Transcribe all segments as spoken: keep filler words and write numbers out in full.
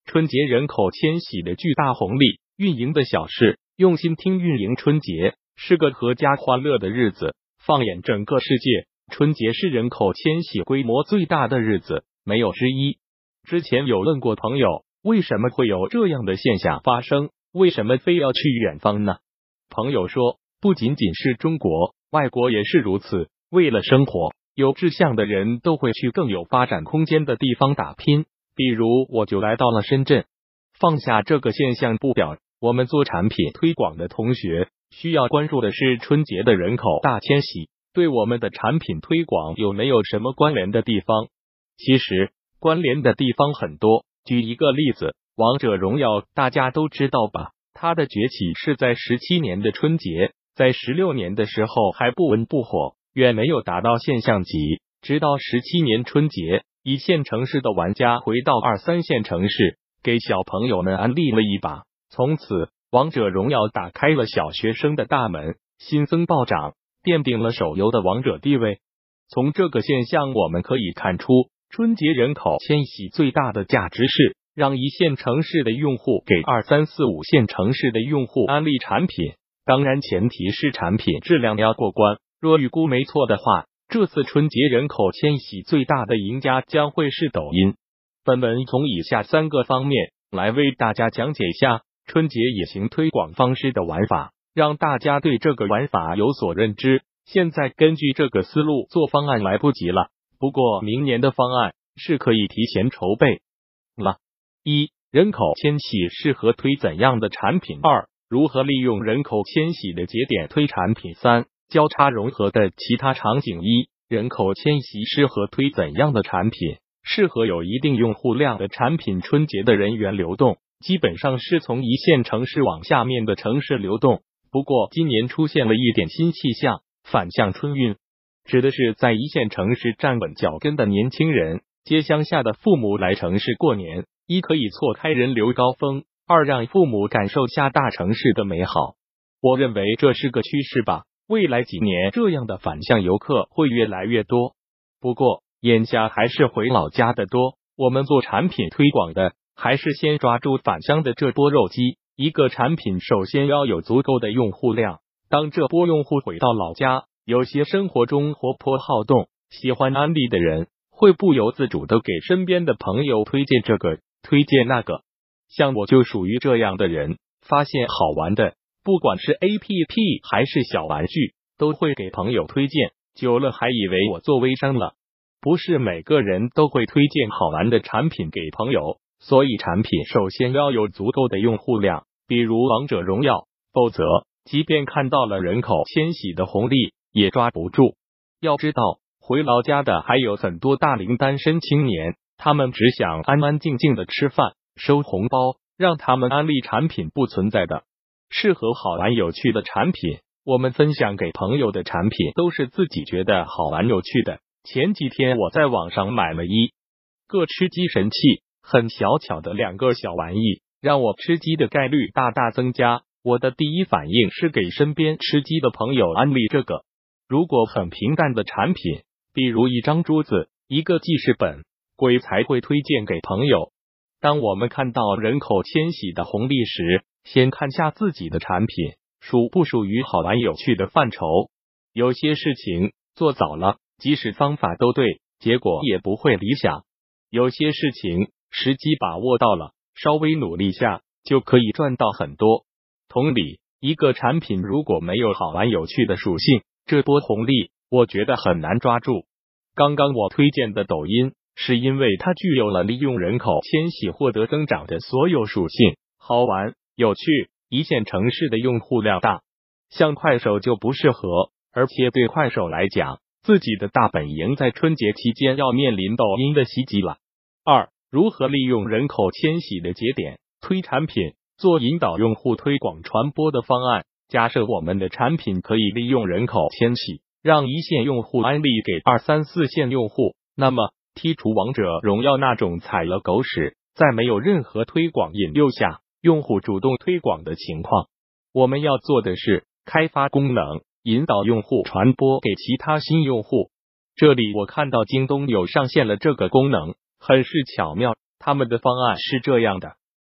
春节人口迁徙的巨大红利，运营的小事，用心听运营春节是个阖家欢乐的日子。放眼整个世界，春节是人口迁徙规模最大的日子，没有之一。之前有问过朋友，为什么会有这样的现象发生？为什么非要去远方呢？朋友说，不仅仅是中国，外国也是如此。为了生活，有志向的人都会去更有发展空间的地方打拼。比如，我就来到了深圳。放下这个现象不表，我们做产品推广的同学需要关注的是春节的人口大迁徙对我们的产品推广有没有什么关联的地方？其实关联的地方很多。举一个例子，王者荣耀大家都知道吧？它的崛起是在十七年的春节，在十六年的时候还不温不火，远没有达到现象级。直到十七年春节，一线城市的玩家回到二三线城市，给小朋友们安利了一把。从此，王者荣耀打开了小学生的大门，新增暴涨，奠定了手游的王者地位。从这个现象我们可以看出，春节人口迁徙最大的价值是让一线城市的用户给二三四五线城市的用户安利产品，当然前提是产品质量要过关。若预估没错的话，这次春节人口迁徙最大的赢家将会是抖音。本文从以下三个方面来为大家讲解下春节野行推广方式的玩法，让大家对这个玩法有所认知。现在根据这个思路做方案来不及了，不过明年的方案是可以提前筹备了。一、人口迁徙适合推怎样的产品？二、如何利用人口迁徙的节点推产品？三、交叉融合的其他场景。一、人口迁徙适合推怎样的产品？适合有一定用户量的产品。春节的人员流动基本上是从一线城市往下面的城市流动，不过今年出现了一点新气象，反向春运，指的是在一线城市站稳脚跟的年轻人接乡下的父母来城市过年，一可以错开人流高峰，二让父母感受下大城市的美好。我认为这是个趋势吧，未来几年这样的反向游客会越来越多。不过眼下还是回老家的多，我们做产品推广的还是先抓住返乡的这波肉鸡。一个产品首先要有足够的用户量，当这波用户回到老家，有些生活中活泼好动、喜欢安利的人会不由自主的给身边的朋友推荐这个推荐那个，像我就属于这样的人，发现好玩的不管是 A P P 还是小玩具都会给朋友推荐，久了还以为我做微商了。不是每个人都会推荐好玩的产品给朋友，所以产品首先要有足够的用户量，比如王者荣耀，否则即便看到了人口迁徙的红利也抓不住。要知道回老家的还有很多大龄单身青年，他们只想安安静静的吃饭收红包，让他们安利产品不存在的。适合好玩有趣的产品，我们分享给朋友的产品都是自己觉得好玩有趣的。前几天我在网上买了一个吃鸡神器，很小巧的两个小玩意，让我吃鸡的概率大大增加。我的第一反应是给身边吃鸡的朋友安利这个。如果很平淡的产品，比如一张珠子、一个记事本，鬼才会推荐给朋友。当我们看到人口迁徙的红利时，先看下自己的产品属不属于好玩有趣的范畴。有些事情做早了，即使方法都对，结果也不会理想。有些事情时机把握到了，稍微努力下就可以赚到很多。同理，一个产品如果没有好玩有趣的属性，这波红利我觉得很难抓住。刚刚我推荐的抖音是因为它具有了利用人口迁徙获得增长的所有属性，好玩有趣，一线城市的用户量大。像快手就不适合，而且对快手来讲，自己的大本营在春节期间要面临抖音的袭击了。二、如何利用人口迁徙的节点推产品，做引导用户推广传播的方案。假设我们的产品可以利用人口迁徙，让一线用户安利给二三四线用户，那么剔除王者荣耀那种踩了狗屎，在没有任何推广引诱下，用户主动推广的情况，我们要做的是开发功能，引导用户传播给其他新用户。这里我看到京东有上线了这个功能，很是巧妙。他们的方案是这样的：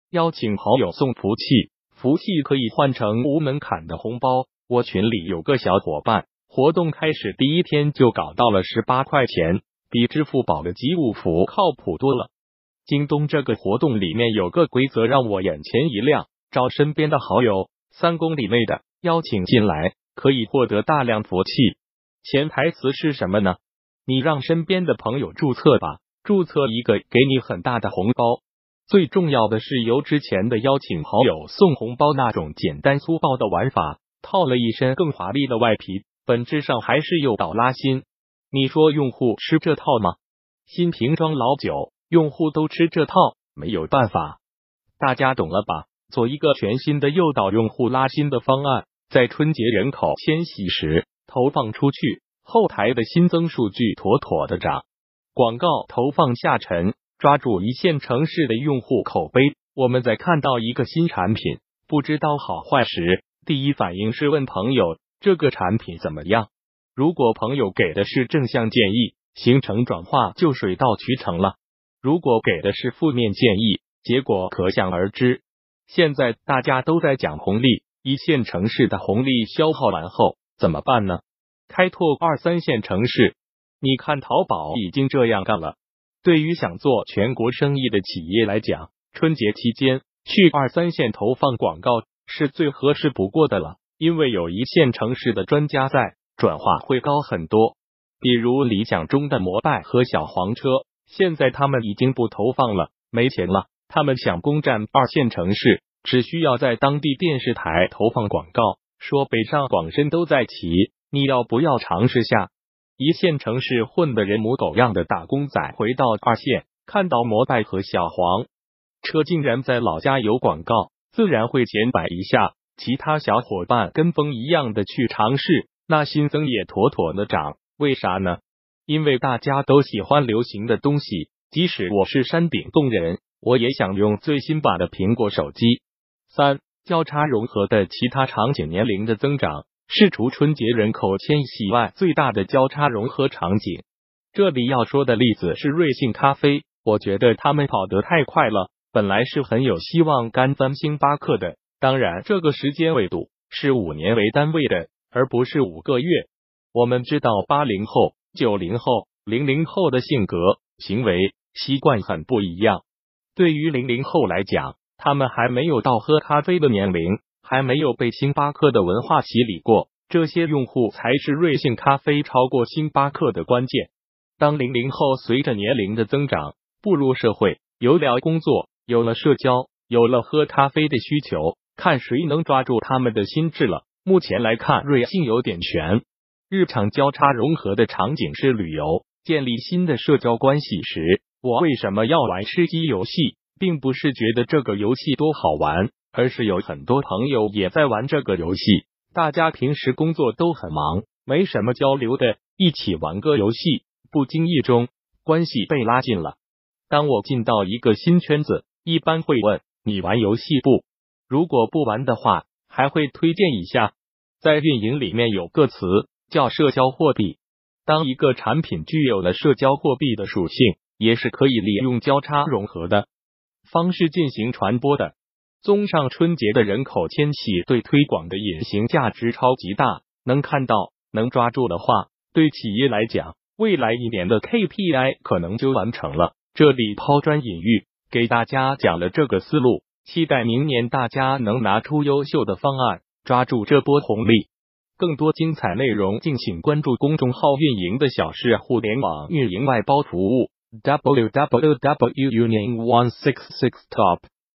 邀请好友送福气，福气可以换成无门槛的红包。我群里有个小伙伴，活动开始第一天就搞到了十八块钱，比支付宝的集五福靠谱多了。京东这个活动里面有个规则让我眼前一亮，找身边的好友，三公里内的邀请进来，可以获得大量福气。潜台词是什么呢？你让身边的朋友注册吧，注册一个给你很大的红包。最重要的是由之前的邀请好友送红包那种简单粗暴的玩法套了一身更华丽的外皮，本质上还是诱导拉新。你说用户吃这套吗？新瓶装老酒，用户都吃这套，没有办法。大家懂了吧？做一个全新的诱导用户拉新的方案，在春节人口迁徙时投放出去，后台的新增数据妥妥的涨。广告投放下沉，抓住一线城市的用户口碑。我们在看到一个新产品，不知道好坏时，第一反应是问朋友这个产品怎么样。如果朋友给的是正向建议，形成转化就水到渠成了。如果给的是负面建议，结果可想而知。现在大家都在讲红利，一线城市的红利消耗完后怎么办呢？开拓二三线城市。你看淘宝已经这样干了。对于想做全国生意的企业来讲，春节期间去二三线投放广告是最合适不过的了，因为有一线城市的专家在，转化会高很多。比如理想中的摩拜和小黄车，现在他们已经不投放了，没钱了，他们想攻占二线城市，只需要在当地电视台投放广告，说北上广深都在骑，你要不要尝试下？一线城市混得人模狗样的打工仔回到二线，看到摩拜和小黄车竟然在老家有广告，自然会显摆一下，其他小伙伴跟风一样的去尝试，那新增也妥妥的涨。为啥呢？因为大家都喜欢流行的东西，即使我是山顶洞人，我也想用最新版的苹果手机。三、交叉融合的其他场景。年龄的增长是除春节人口迁徙外最大的交叉融合场景。这里要说的例子是瑞幸咖啡，我觉得他们跑得太快了，本来是很有希望干翻星巴克的，当然这个时间维度是五年为单位的，而不是五个月。我们知道八零后、九零后、零零后的性格、行为、习惯很不一样。对于零零后来讲，他们还没有到喝咖啡的年龄，还没有被星巴克的文化洗礼过，这些用户才是瑞幸咖啡超过星巴克的关键。当零零后随着年龄的增长，步入社会，有了工作，有了社交，有了喝咖啡的需求，看谁能抓住他们的心智了。目前来看，瑞幸有点悬。日常交叉融合的场景是旅游，建立新的社交关系时，我为什么要玩吃鸡游戏，并不是觉得这个游戏多好玩，而是有很多朋友也在玩这个游戏，大家平时工作都很忙，没什么交流的，一起玩个游戏，不经意中关系被拉近了。当我进到一个新圈子，一般会问你玩游戏不？如果不玩的话，还会推荐一下。在运营里面有个词叫社交货币，当一个产品具有了社交货币的属性，也是可以利用交叉融合的方式进行传播的。综上，春节的人口迁徙对推广的隐形价值超级大，能看到能抓住的话，对企业来讲，未来一年的 K P I 可能就完成了。这里抛砖引玉，给大家讲了这个思路，期待明年大家能拿出优秀的方案，抓住这波红利。更多精彩内容，敬请关注公众号“运营的小事互联网运营外包服务” w w w dot union one six six top。